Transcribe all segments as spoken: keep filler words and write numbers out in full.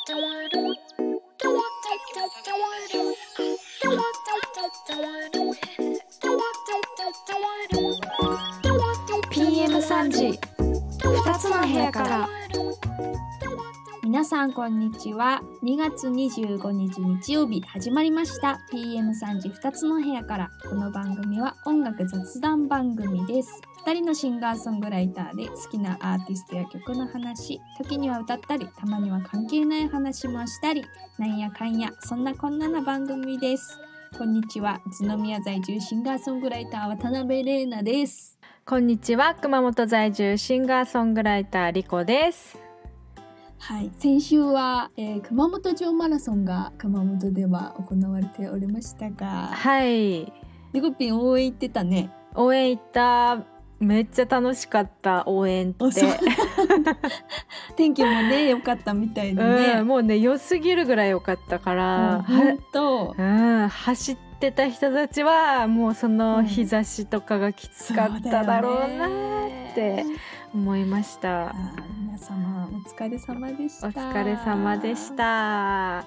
ピーエムさんじゅう ふたつの部屋から。皆さんこんにちは。にがつにじゅうごにち日曜日始まりました ピーエムさんじゅう ふたつの部屋から。この番組は音楽雑談番組です。ふたりのシンガーソングライターで好きなアーティストや曲の話、時には歌ったり、たまには関係ない話もしたり、なんやかんやそんなこんなの番組です。こんにちは。宇都宮在住シンガーソングライター渡辺玲奈です。 こんにちは。熊本在住シンガーソングライターリコです。 はい、先週は、えー、熊本城マラソンが熊本では行われておりましたが、 はい。 リコピン応援行ってたね。 応援行った。めっちゃ楽しかった応援って天気もね良かったみたいでね、 うん、もうね良すぎるぐらい良かったから、 本当、 うん、走ってた人たちはもうその日差しとかがきつかっただろうなって思いました、 うん、皆様お疲れ様でした。 お疲れ様でした。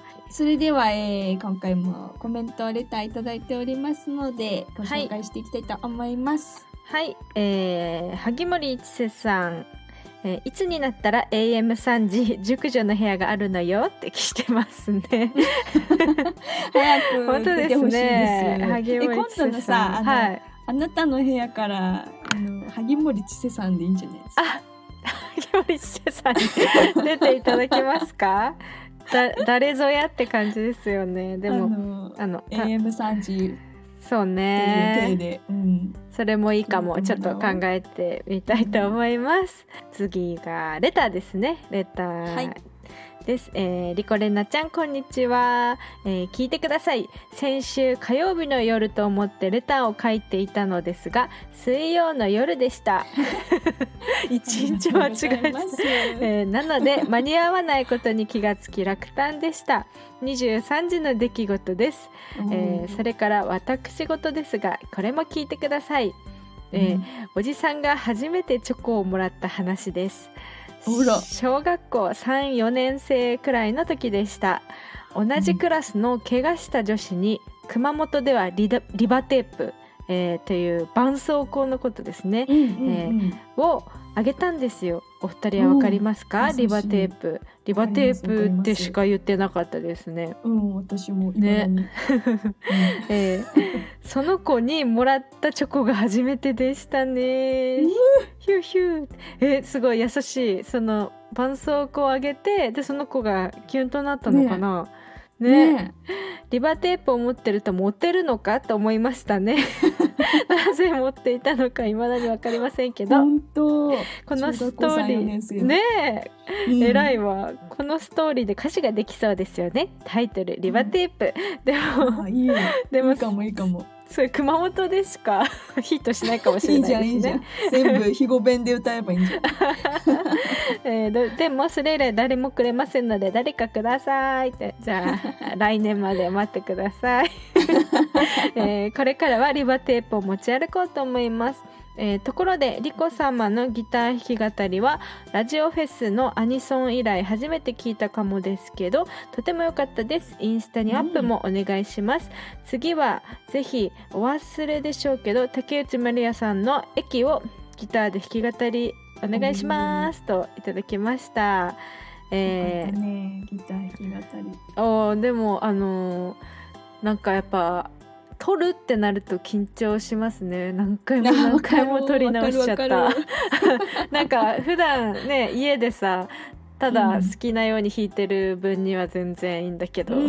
それでは、えー、今回もコメントレターいただいておりますのでご紹介していきたいと思います。 はい、えー、萩森一瀬さん、えー、いつになったら エーエムさんじ 熟女の部屋があるのよって来てますね早く出てほしいです。 萩森一瀬さん、 今度のさ、あの、はい、あなたの部屋からあの萩森千瀬さんでいいんじゃないですか。 あ、萩森千瀬さんに出ていただけますかだ誰ぞやって感じですよね。でもあのあの エーエムさんじそうねっていう体で、うん、 それもいいかも。ちょっと考えてみたいと思います、うん、次がレターですね。レター、はいです、えー、リコレンナちゃんこんにちは、えー、聞いてください。先週火曜日の夜と思ってレターを書いていたのですが水曜の夜でした一日間違えた、えー、なので間に合わないことに気がつき落胆でした。にじゅうさんじの出来事です、えー、それから私事ですがこれも聞いてください、えーうん、おじさんが初めてチョコをもらった話です。小学校 さん,よ 年生くらいの時でした。同じクラスの怪我した女子に熊本では リ, リバテープ、えー、という絆創膏のことですね、うんうんうんえー、をあげたんですよ。お二人は分かりますか？リバテープ。リバテープってしか言ってなかったですね。 うん、私も今ね、うんえー、その子にもらったチョコが初めてでしたね。ヒューヒュー、えー、すごい優しい。その絆創膏をあげて、でその子がキュンとなったのかな。ねねねリバテープを持ってるとモテるのかと思いましたねなぜ持っていたのか未だに分かりませんけど、 本当このストーリーねえ、うん、偉いわ。このストーリーで歌詞ができそうですよね。タイトルリバテープ、うん、でもいいでもいいかもいいかも。 それ熊本でしかヒットしないかもしれないですね。いいじゃんいいじゃん、全部肥後弁で歌えばいいんじゃん、 えー、でもそれ以来誰もくれませんので誰かくださいって。じゃあ来年まで待ってください、えー、これからはリバテープを持ち歩こうと思います。えー、ところでリコ様のギター弾き語りはラジオフェスのアニソン以来初めて聞いたかもですけどとても良かったです。インスタにアップもお願いします、うん、次はぜひお忘れでしょうけど竹内まりやさんの駅をギターで弾き語りお願いしますといただきました。 えーね、ギター弾き語り。 おでもあのー、なんかやっぱ撮るってなると緊張しますね。何回も何回も撮り直しちゃったなんか普段ね家でさただ好きなように弾いてる分には全然いいんだけど、うん、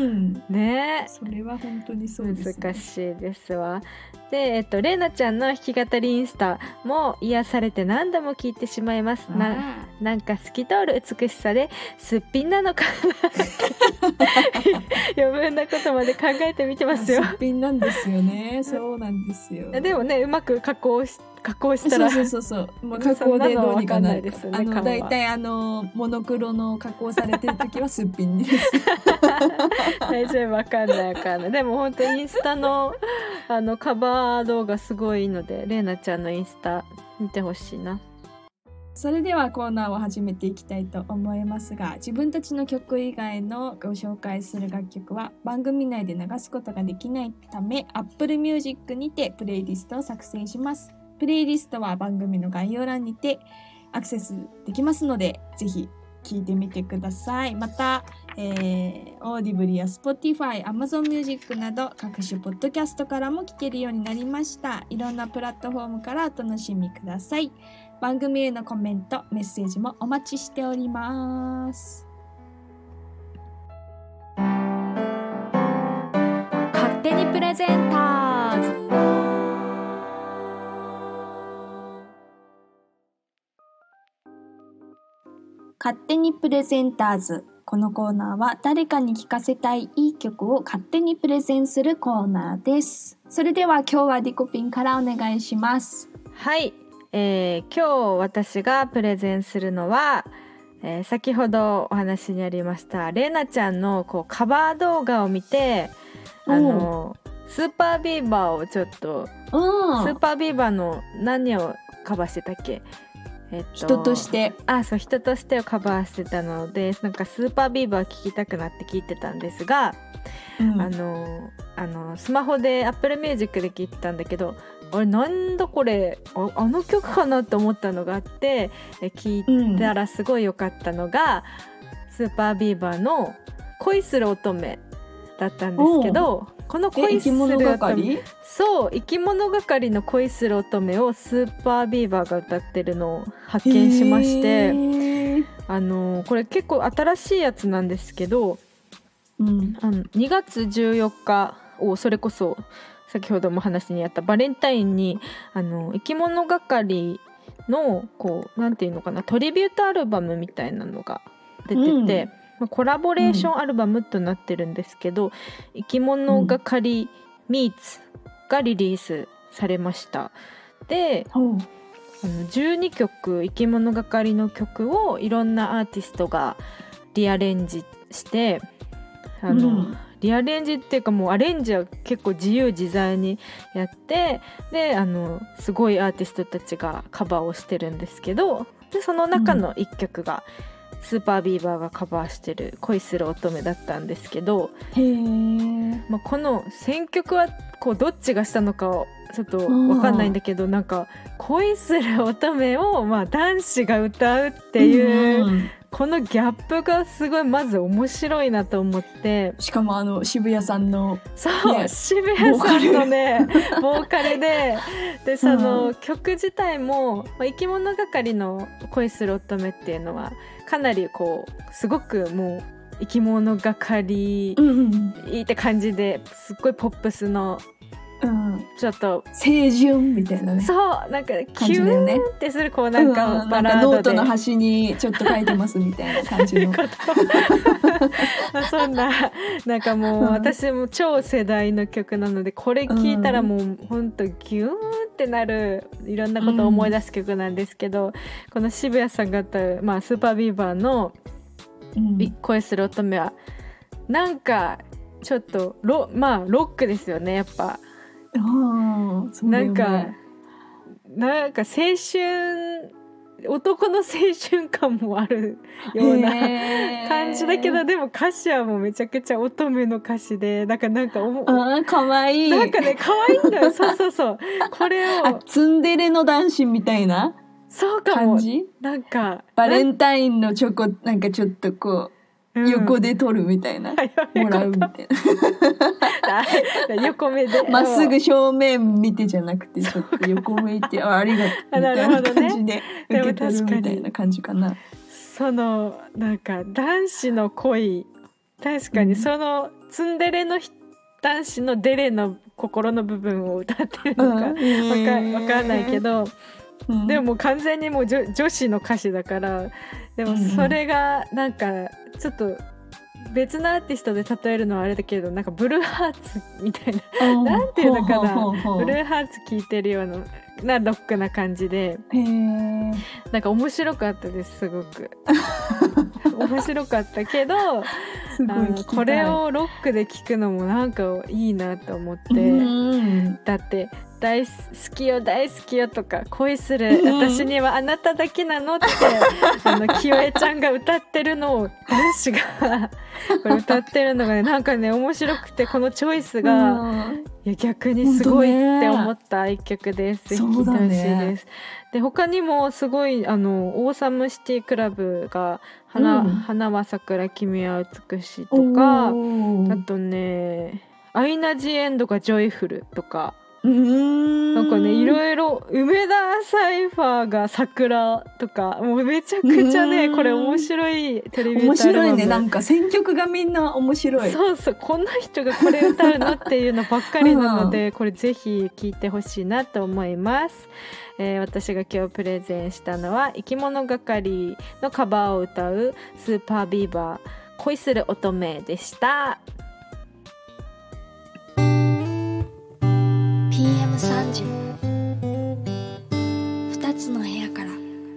ねそれは本当にそうですね。 難しいですわ。で、えっと、レイナちゃんの弾き語りインスタも癒されて何度も聞いてしまいます。 な, なんか透き通る美しさですっぴんなのかな余分なことまで考えてみてますよ。 すっぴんなんですよね。そうなんですよ。 でもねうまく加工し加工したらそうそうそうそう、もう加工でどうにかなる。あのだいたいあのモノクロの加工されてる時はすっぴんです大丈夫、わかんないわかんない。でも本当インスタのあのカバー動画すごいいいのでレイナちゃんのインスタ見てほしいな。 それではコーナーを始めていきたいと思いますが、自分たちの曲以外のご紹介する楽曲は番組内で流すことができないため Apple Music にてプレイリストを作成します。プレイリストは番組の概要欄にてアクセスできますので、ぜひ聞いてみてください。また、えー、Audible や Spotify、Amazon Music など各種ポッドキャストからも聞けるようになりました。いろんなプラットフォームからお楽しみください。番組へのコメント、メッセージもお待ちしております。 勝手にプレゼンターズ。 勝手にプレゼンターズ。このコーナーは誰かに聴かせたいいい曲を勝手にプレゼンするコーナーです。それでは今日はリコピンからお願いします。 はい、えー、今日私がプレゼンするのは、えー、先ほどお話にありましたレイナちゃんのこうカバー動画を見て、あのスーパービーバーをちょっとスーパービーバーの何をカバーしてたっけ、えっと、 人としてあそう人としてをカバーしてたので、なんかスーパービーバー聴きたくなって聞いてたんですが、うん、あのあのスマホで Apple Music で聴いてたんだけど、あれなんだこれ あ, あの曲かなと思ったのがあって聴いたらすごい良かったのが、うん、スーパービーバーの恋する乙女だったんですけど、この恋する乙女、そう生き物係の恋する乙女をスーパービーバーが歌ってるのを発見しまして、あのこれ結構新しいやつなんですけど、うん、あのにがつじゅうよっかをそれこそ先ほども話にあったバレンタインにあの生き物係のこうなんていうのかなトリビュートアルバムみたいなのが出てて、うん、コラボレーションアルバムとなってるんですけど、うん、生き物係ミーツがリリースされました。で、うん、あのじゅうにきょく生き物係の曲をいろんなアーティストがリアレンジしてあの、うんリアレンジっていうかもうアレンジは結構自由自在にやって、であのすごいアーティストたちがカバーをしてるんですけど、でその中のいっきょくが、うん、スーパービーバーがカバーしてる恋する乙女だったんですけど、へー、まあ、この選曲はこうどっちがしたのかちょっと分かんないんだけど、なんか恋する乙女をまあ男子が歌うっていう、うん、このギャップがすごいまず面白いなと思って、 しかもあの渋谷さんのそう、ね、渋谷さんのねボーカルででその、うん、曲自体も、まあ、生き物係の恋する乙女っていうのはかなりこうすごくもう生き物係って感じですっごいポップスのうん、ちょっと清純みたいなね、 そうなんかキューンってするこうなんかバラードで、 うん、なんかノートの端にちょっと書いてますみたいな感じのそんななんかもう私も超世代の曲なのでこれ聴いたらもうほんとギューンってなるいろんなことを思い出す曲なんですけど、うん、この渋谷さんが歌う、まあ、スーパービーバーの恋する乙女はなんかちょっとロ、まあ、ロックですよねやっぱ。あそうだよね、なんかなんか青春男の青春感もあるような感じだけど、でも歌詞はもうめちゃくちゃ乙女の歌詞でなんかなんかおあかわいいなんかねかわいいんだよそうそうそうこれをあツンデレの男子みたいなそうかも感じなんかバレンタインのチョコなんかちょっとこううん、横で撮るみたいな、もらうみたいな横目でまっすぐ正面見てじゃなくてちょっと横向いて あ, ありがとうみたいな感じで受け取るみたいな感じかな。 そのなんか男子の恋確かにそのツンデレの男子のデレの心の部分を歌ってるのか、うん、わか, わかんないけど、うん、でも完全にもう 女, 女子の歌詞だからでもそれがなんかちょっと別のアーティストで例えるのはあれだけどなんかブルーハーツみたいななんていうのかなブルーハーツ聴いてるようななロックな感じでへーなんか面白かったですすごく面白かったけどすごい聞きたいこれをロックで聴くのもなんかいいなと思って、うんだって大好きよ大好きよとか恋する私にはあなただけなのってあの清江ちゃんが歌ってるのを男子がこれ歌ってるのがねなんかね面白くてこのチョイスが、うん、いや逆にすごいって思った一曲です。ぜひ聴いてほしいです、ね、で他にもすごいあのオーサムシティクラブが 花,、うん、花は桜君は美しいとかあとねアイナ・ジ・エンドがジョイフルとかうーんなんかねいろいろ梅田サイファーが桜とかもうめちゃくちゃねこれ面白いテレビ歌アルバム面白いねなんか選曲がみんな面白いそうそうこんな人がこれ歌うのっていうのばっかりなので、うん、これぜひ聴いてほしいなと思います、えー、私が今日プレゼンしたのは生き物係のカバーを歌うスーパービーバー恋する乙女でした。 ピーエムさんじふたつの部屋から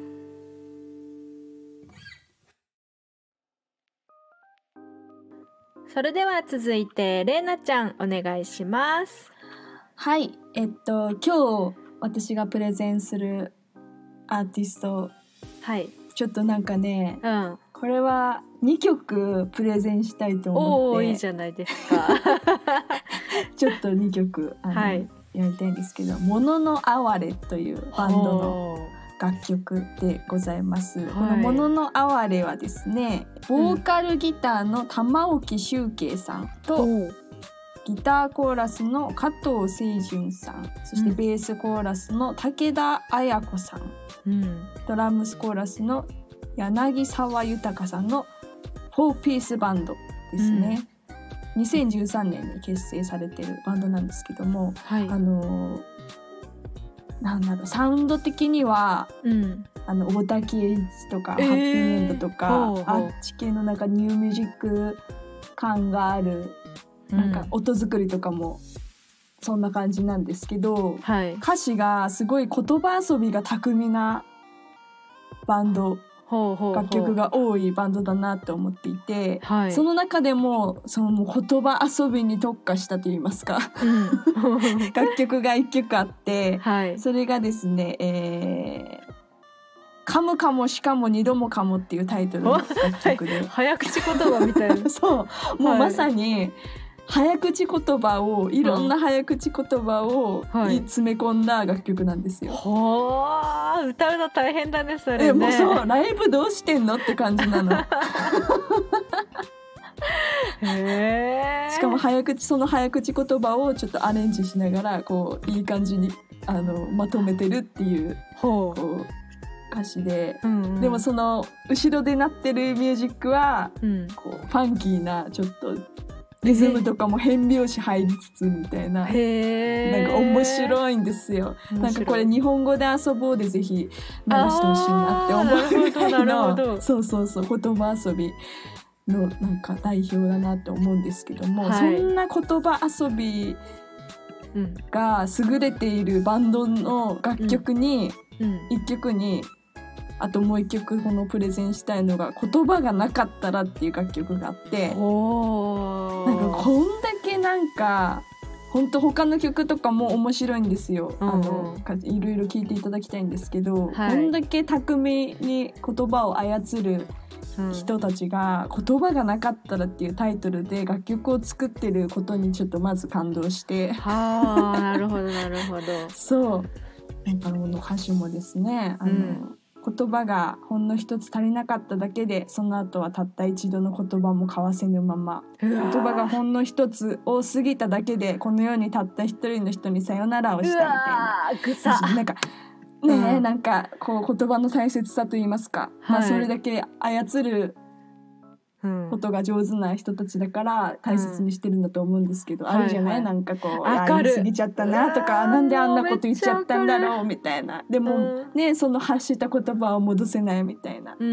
それでは続いてレイナちゃんお願いします。 はい、えっと今日私がプレゼンするアーティスト、はい、ちょっとなんかね、うん、これはにきょくプレゼンしたいと思って。 おーいいじゃないですかちょっとにきょくあの、はい、やりたいんですけど、もののあわれというバンドの楽曲でございます、はい、このもののあわれはですね、ボーカルギターの玉置周慶さんと、うん、ギターコーラスの加藤清純さん、そしてベースコーラスの武田綾子さん、うん、ドラムスコーラスの柳沢豊さんのフォーピースバンドですね、うん、にせんじゅうさんねんに結成されてるバンドなんですけども、はい、あのなんだろうサウンド的には、うん、あの大滝栄一とか、えー、ハッピーエンドとかほうほうあっち系のなんかニューミュージック感があるなんか音作りとかもそんな感じなんですけど、はい、歌詞がすごい言葉遊びが巧みなバンドほうほうほう楽曲が多いバンドだなと思っていて、はい、その中でもその言葉遊びに特化したといいますか、うん、楽曲がいっきょくあって、はい、それがですね、えー、カムカモしかも二度もかもっていうタイトルの楽曲で、 はい、早口言葉みたいなそうもうまさに、はい早口言葉をいろんな早口言葉を、うん、詰め込んだ楽曲なんですよ。 はあ、歌うの大変だねそれね。 えもうそうライブどうしてんのって感じなの。へしかも早口その早口言葉をちょっとアレンジしながらこういい感じにあのまとめてるっていうこう歌詞で、うんうん、でもその後ろで鳴ってるミュージックは、うん、こうファンキーなちょっとリズムとかも変拍子入りつつみたいな、なんか面白いんですよ。なんかこれ日本語で遊ぼうでぜひ流してほしいなって思うみたいな、そうそうそう言葉遊びのなんか代表だなって思うんですけども、はい、そんな言葉遊びが優れているバンドの楽曲に、うんうん、いっきょくにあともう一曲このプレゼンしたいのが言葉がなかったらっていう楽曲があって、おなんかこんだけなんか本当他の曲とかも面白いんですよ、うんうん、あのいろいろ聞いていただきたいんですけど、はい、こんだけ巧みに言葉を操る人たちが言葉がなかったらっていうタイトルで楽曲を作ってることにちょっとまず感動して、 はあなるほどなるほどそうなんかこの歌詞もですねあの、うん言葉がほんの一つ足りなかっただけでその後はたった一度の言葉も交わせぬまま、言葉がほんの一つ多すぎただけでこの世にたった一人の人にさよならをしたみたいな、ぐさなんかねえ、うん、なんかこう言葉の大切さと言いますか、はいまあ、それだけ操ることが上手な人たちだから大切にしてるんだと思うんですけど、うん、あるじゃない、はいはい、なんかこうあ言い過ぎちゃったなとかなんであんなこと言っちゃったんだろうみたいなでも、うん、ねその発した言葉を戻せないみたいな、うん、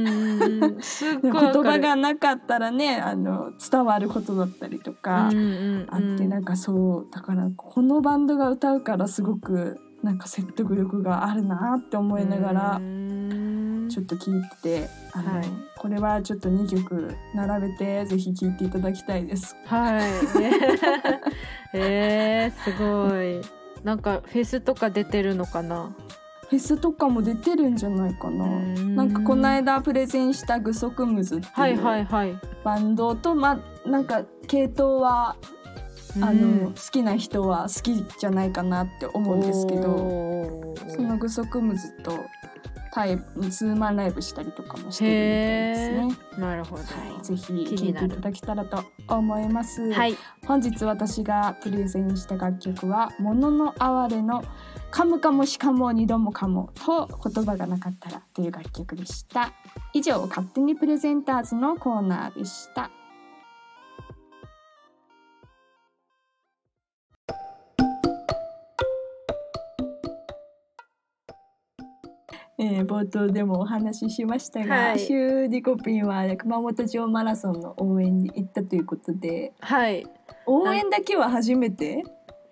すっごい言葉がなかったらねあの伝わることだったりとかあって、うんうん、なんかそうだからこのバンドが歌うからすごくなんか説得力があるなって思いながらちょっと聞いててあの、はい、これはちょっとにきょく並べてぜひ聴いていただきたいです。 はいえー、すごいなんかフェスとか出てるのかな。 フェスとかも出てるんじゃないかな。んなんかこの間プレゼンしたグソクムズっていうバンドと、まあなんか系統はあの好きな人は好きじゃないかなって思うんですけど、そのグソクムズとタイツーマンライブしたりとかもしてるみたいですね。 なるほど、はい、ぜひ聴いていただけたらと思います。 はい、 本日私がプレゼンした楽曲はもののあわれのカムカモしかも二度もかもと言葉がなかったらという楽曲でした。以上、勝手にプレゼンターズのコーナーでした。えー、冒頭でもお話ししましたが、はい、シューディコピンは熊本城マラソンの応援に行ったということで、 はい、 応援だけは初めて？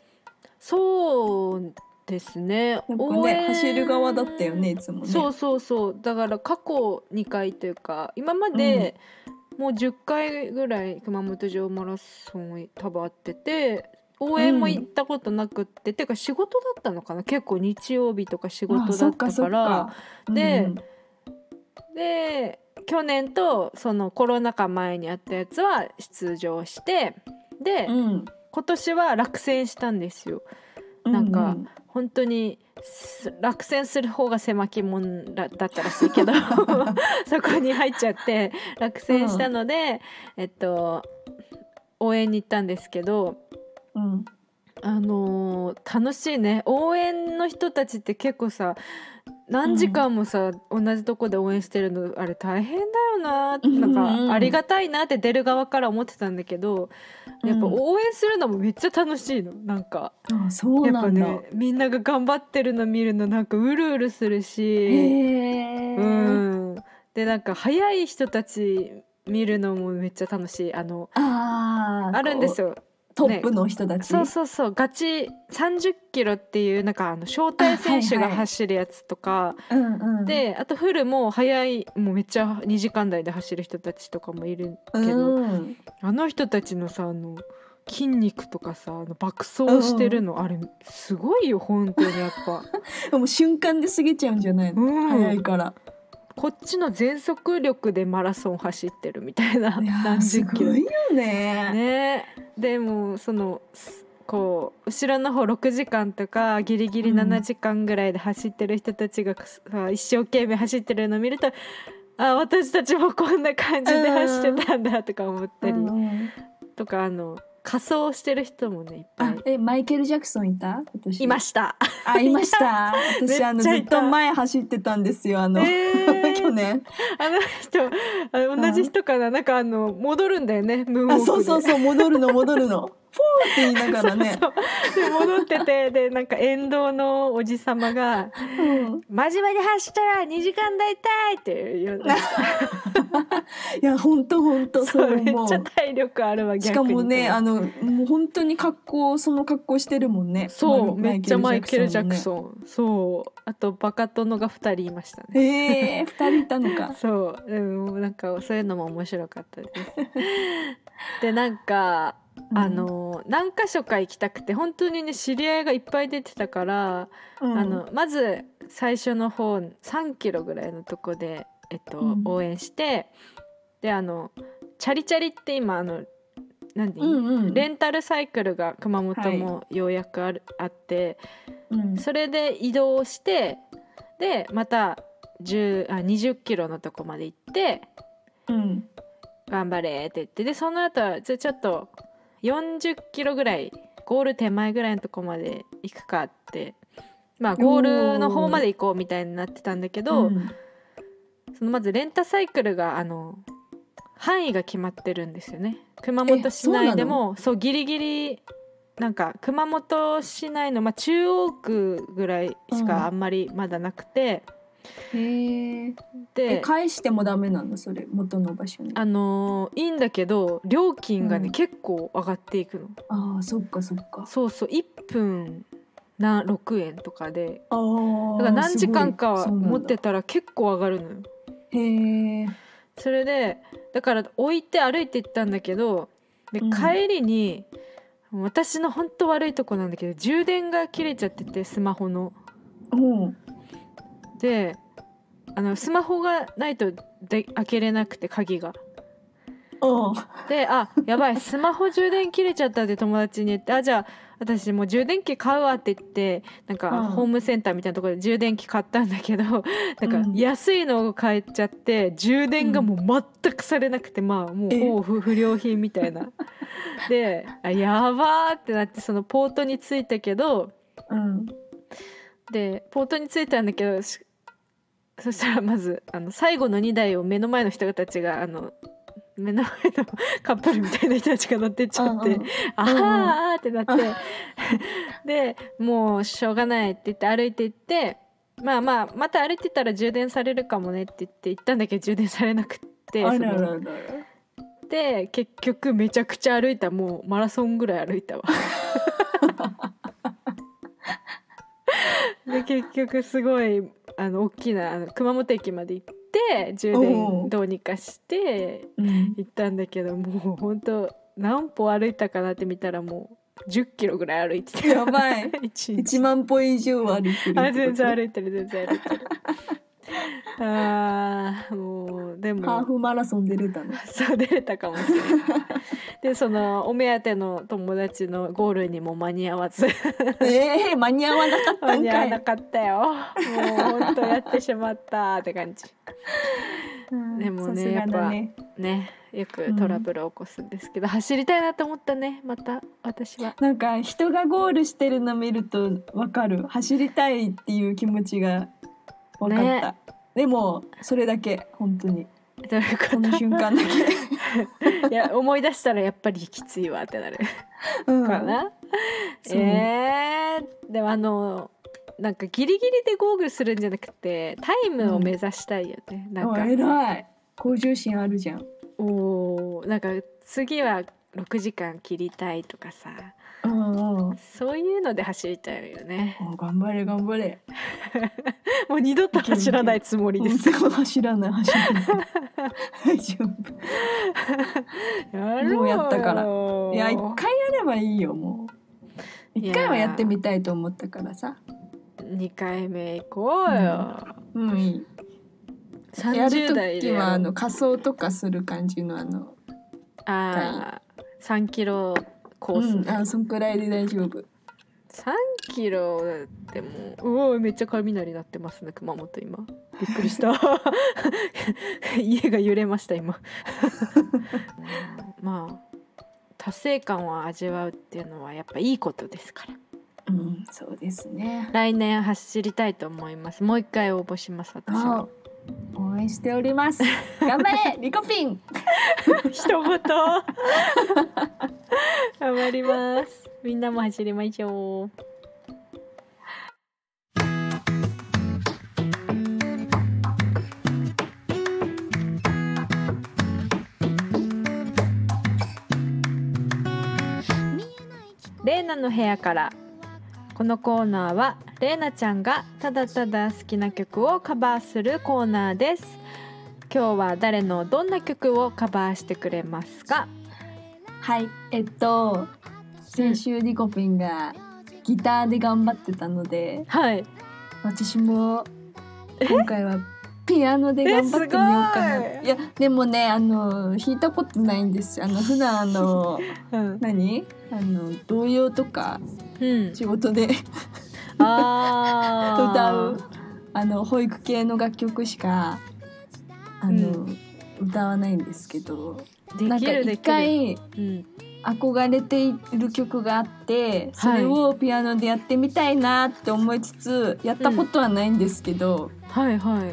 そうですね。 なんかね、応援走る側だったよね、いつもね。 そうそうそう。だから過去にかいというか、今までもうじゅっかいぐらい熊本城マラソン多分あってて、応援も行ったことなくって、うん、てか仕事だったのかな、結構日曜日とか仕事だったから、で、うん、で去年とそのコロナ禍前にあったやつは出場して、で、うん、今年は落選したんですよ。なんか、うんうん、本当に落選する方が狭き門だったらしいけどそこに入っちゃって落選したので、うん、えっと応援に行ったんですけど、うん、あのー、楽しいね。応援の人たちって結構さ、何時間もさ、うん、同じとこで応援してるのあれ大変だよな、なんかありがたいなって出る側から思ってたんだけど、やっぱ応援するのもめっちゃ楽しいの。なんか、 あ、そうなんだ。 やっぱね、みんなが頑張ってるの見るのなんかうるうるするし、 へー、 うん、でなんか速い人たち見るのもめっちゃ楽しい。あのああるんですよ、 トップの人たち、ね、 そうそうそう、ガチさんじゅっキロっていうなんかあの招待選手が走るやつとか、はいはい、うんうん、であとフルも速い、もうめっちゃにじかん台で走る人たちとかもいるけど、うん、あの人たちのさ、あの筋肉とかさ、あの爆走してるの、うん、あれすごいよ本当に。やっぱもう瞬間で過ぎちゃうんじゃないの、うん、速いから。 こっちの全速力でマラソン走ってるみたいな。 いや何十キロすごいよね。 ね、でもそのこう後ろの方ろくじかんとかギリギリななじかんぐらいで走ってる人たちが、うん、一生懸命走ってるのを見ると、あ、私たちもこんな感じで走ってたんだとか思ったり、うん、とかあの仮装してる人もねいっぱい。 あ、え、マイケル・ジャクソンいた？今年いました。 あ、いました。私あのずっと前走ってたんですよ、あの、えー、去年。 あの人、あの同じ人かな、なんかあの戻るんだよね、ムーンウォークで。 あ、そうそうそう、戻るの戻るの。ポーって言いながらね。 そうそうで戻ってて、でなんか沿道のおじさまが、うん、真面目に走ったらにじかん台たいって言う。 いや本当本当そう思う。 めっちゃ体力あるわ。 しかもね、あのもう本当に格好その格好してるもんね。 そう、めっちゃマイケル・ジャクソン。そう、あとバカ殿がふたりいましたね。 へえー、ふたりいたのか。 そう、でもなんかそういうのも面白かったです。でなんかあの、うん、何か所か行きたくて、本当にね知り合いがいっぱい出てたから、うん、あのまず最初の方さんキロぐらいのとこで、えっとうん、応援して、であのチャリチャリって今あの何でいい、うんうん、レンタルサイクルが熊本もようやくある、はい、あって、うん、それで移動して、でまたじゅうあにじゅっキロのとこまで行って、うん、頑張れって言って、でその後はちょっとよんじゅっキロぐらいゴール手前ぐらいのとこまで行くかって、まあゴールの方まで行こうみたいになってたんだけど、うん、そのまずレンタサイクルがあの範囲が決まってるんですよね。熊本市内でもそうギリギリなんか熊本市内の、まあ、中央区ぐらいしかあんまりまだなくて、 うん、へでえ返してもダメなのそれ元の場所に？ あのー、いいんだけど料金がね、うん、結構上がっていくの。 ああ、そっかそっか。 そうそう、いっぷんなろくえんとかで、あだから何時間か持ってたら結構上がるのよ。 へえ。 それでだから置いて歩いて行ったんだけど、で帰りに、 私の本当悪いとこなんだけど、充電が切れちゃってて、スマホの。 おであのスマホがないとで開けれなくて、鍵が。 おで、あ、やばい、スマホ充電切れちゃったって友達に言って、あ、じゃあ私もう充電器買うわって言って、なんかホームセンターみたいなところで充電器買ったんだけど、なんか安いのを買えちゃって充電がもう全くされなくて、まあもう不不良品みたいなで、あ、やばーってなって、そのポートについたけど、 うん、 でポートについたんだけど、そしたらまずあの最後のにだいを目の前の人たちが、あの目の前のカップルみたいな人たちが乗ってっちゃって、うんうん、あーってなってでもうしょうがないって言って歩いていって、まあまあまた歩いてたら充電されるかもねって言って行ったんだけど、充電されなくって、 あららららで結局めちゃくちゃ歩いた。もうマラソンぐらい歩いたわで結局すごいあの大きなあの熊本駅まで行って充電どうにかして行ったんだけど、もう本当何歩歩いたかなって見たらもうじゅっキロぐらい歩いてて、 やばいいちまん歩以上歩いてる。 あ、全然歩いてる全然歩いてるあー、もうでもハーフマラソン出れたの。 そう出れたかもしれないでそのお目当ての友達のゴールにも間に合わずえー、間に合わなかったんかい。 間に合わなかったよ。もう本当やってしまったって感じでもね、やっぱねよくトラブルを起こすんですけど、うん、走りたいなと思ったね。また私はなんか人がゴールしてるの見ると分かる。走りたいっていう気持ちが分かった、ね、でもそれだけ本当にどういうこと？ その瞬間だけいや思い出したらやっぱりきついわってなる、うん、かな。えー、でもあのなんかギリギリでゴーグルするんじゃなくてタイムを目指したいよね、うん、なんか偉い、向上心あるじゃん。 おなんか次はろくじかん切りたいとかさ、 うんうん、 そういうので走りたいよね。 頑張れ頑張れもう二度と走らないつもりです。 走らない走らない大丈夫やろうよ。もうやったから。いや一回やればいいよ。もう一回はやってみたいと思ったからさ、にかいめ行こうよ、 うん、うん、いい。やるときはあの仮装とかする感じのあのあさんキロコース、 うん、あそんくらいで大丈夫。 さんキロでもうおめっちゃ雷鳴ってますね熊本今。びっくりした家が揺れました今まあ達成感を味わうっていうのはやっぱいいことですから。 うん、そうですね。 来年走りたいと思います。もう一回応募します私は。 応援しております。頑張れリコピン一言頑張ります。みんなも走りましょう。レイナの部屋から。このコーナーはレイナちゃんがただただ好きな曲をカバーするコーナーです。今日は誰のどんな曲をカバーしてくれますか？ はい、えっと先週リコピンがギターで頑張ってたので、 はい、 私も今回はピアノで頑張ってみようかな。いやでもねあの弾いたことないんです。あの普段あの、うん、何あの童謡とか、うん、仕事であ歌うあの保育系の楽曲しかあの、うん、歌わないんですけど、なんか一回、うん、憧れている曲があってそれをピアノでやってみたいなって思いつつやったことはないんですけど、 うん、はいはい。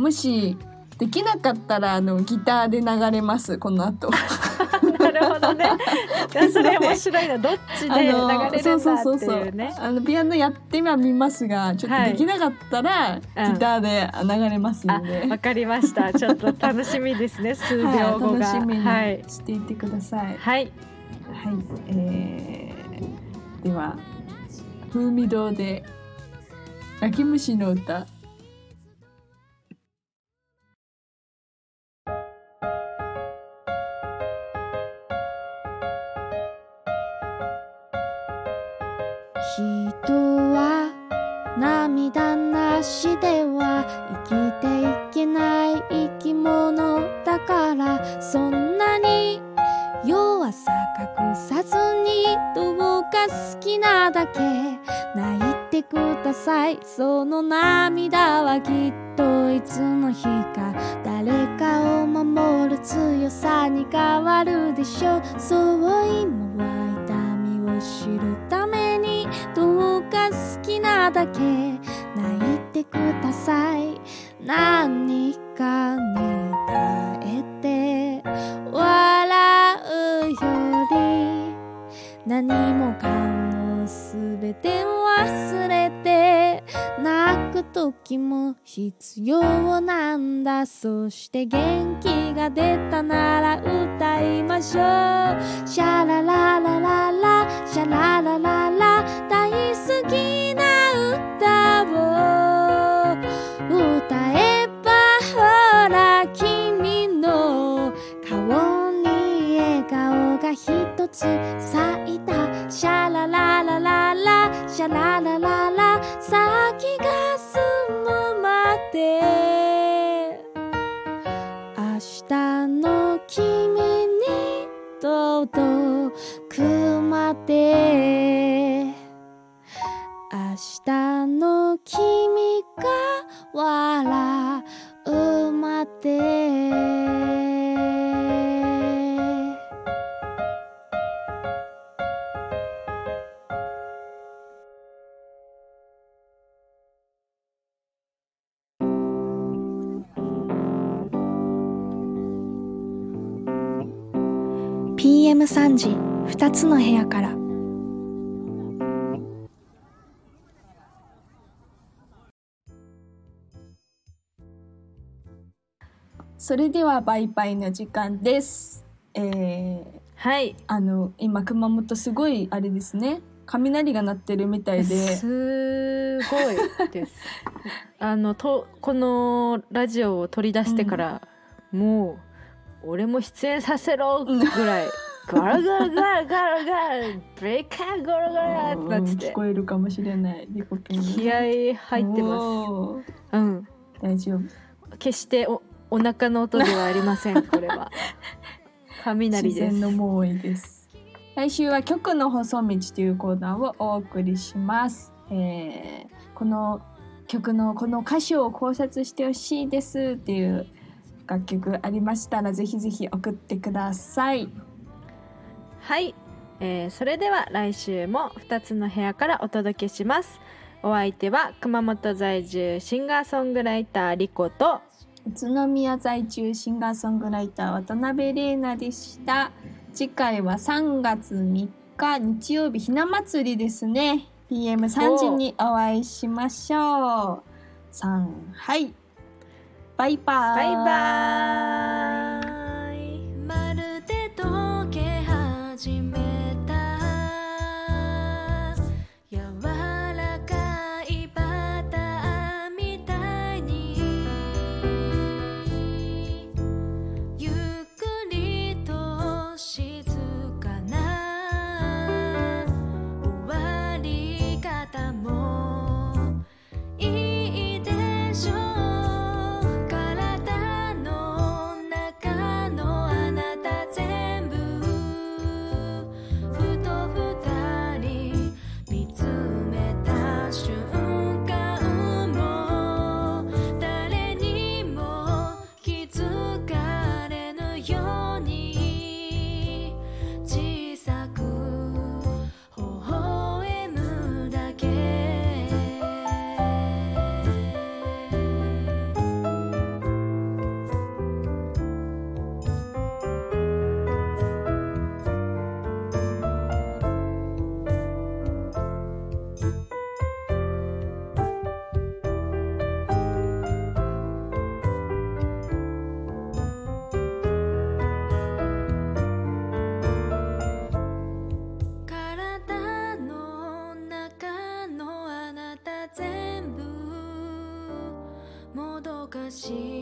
もしできなかったらあのギターで流れますこの後なるほどねそれ面白いな。どっちで流れるんだっていうね。 あのピアノやってはみますがちょっとできなかったら、はい、ギターで流れますので、 わ、うん、かりました。ちょっと楽しみですね数秒後が、 はい、楽しみにしていてください。 はい、 はい、えー、では風味堂で泣き虫の歌。 涙なしでは生きていけない生き物だから、そんなに弱さ隠さずにどうか好きなだけ泣いてください。その涙はきっといつの日か誰かを守る強さに変わるでしょう。そう今は痛みを知るためにどうか好きなだけ泣いてください。何かに耐えて笑うより何もかもすべて忘れて泣く時も必要なんだ。そして元気が出たなら歌いましょう。シャラララララシャララララ大好きな歌を歌えばほら君の顔に笑顔が一つ咲いた。シャラララララシャララララ先が済むまで明日の君に届くまで明日の君が笑うまで。ピーエムさん 時ふたつの部屋から。 それではバイバイの時間です。えー、 はい。 あの今熊本すごいあれですね。雷が鳴ってるみたいで。 すごいです。あのとこのラジオを取り出してから、うん、もう俺も出演させろぐらい。ガラガラガラガラガラブレイカーガラガラってなってて聞こえるかもしれないリコ君気合入ってます。うん、 大丈夫。 決しておお腹の音ではありません。これは雷です。 自然の猛威です。来週は曲の細道というコーナーをお送りします。えー、この曲のこの歌詞を考察してほしいですっていう楽曲ありましたらぜひぜひ送ってください。 はい、えー、それでは来週もふたつの部屋からお届けします。お相手は熊本在住シンガーソングライターリコと宇都宮在住シンガーソングライター渡辺玲奈でした。次回はさんがつみっか日曜日ひな祭りですね。 ピーエムさん 時にお会いしましょう。さんはいバイバーイバイバーイ。 まるで溶け始めた柔らかいバターみたいにゆっくりと静かな終わり方もいいでしょう。し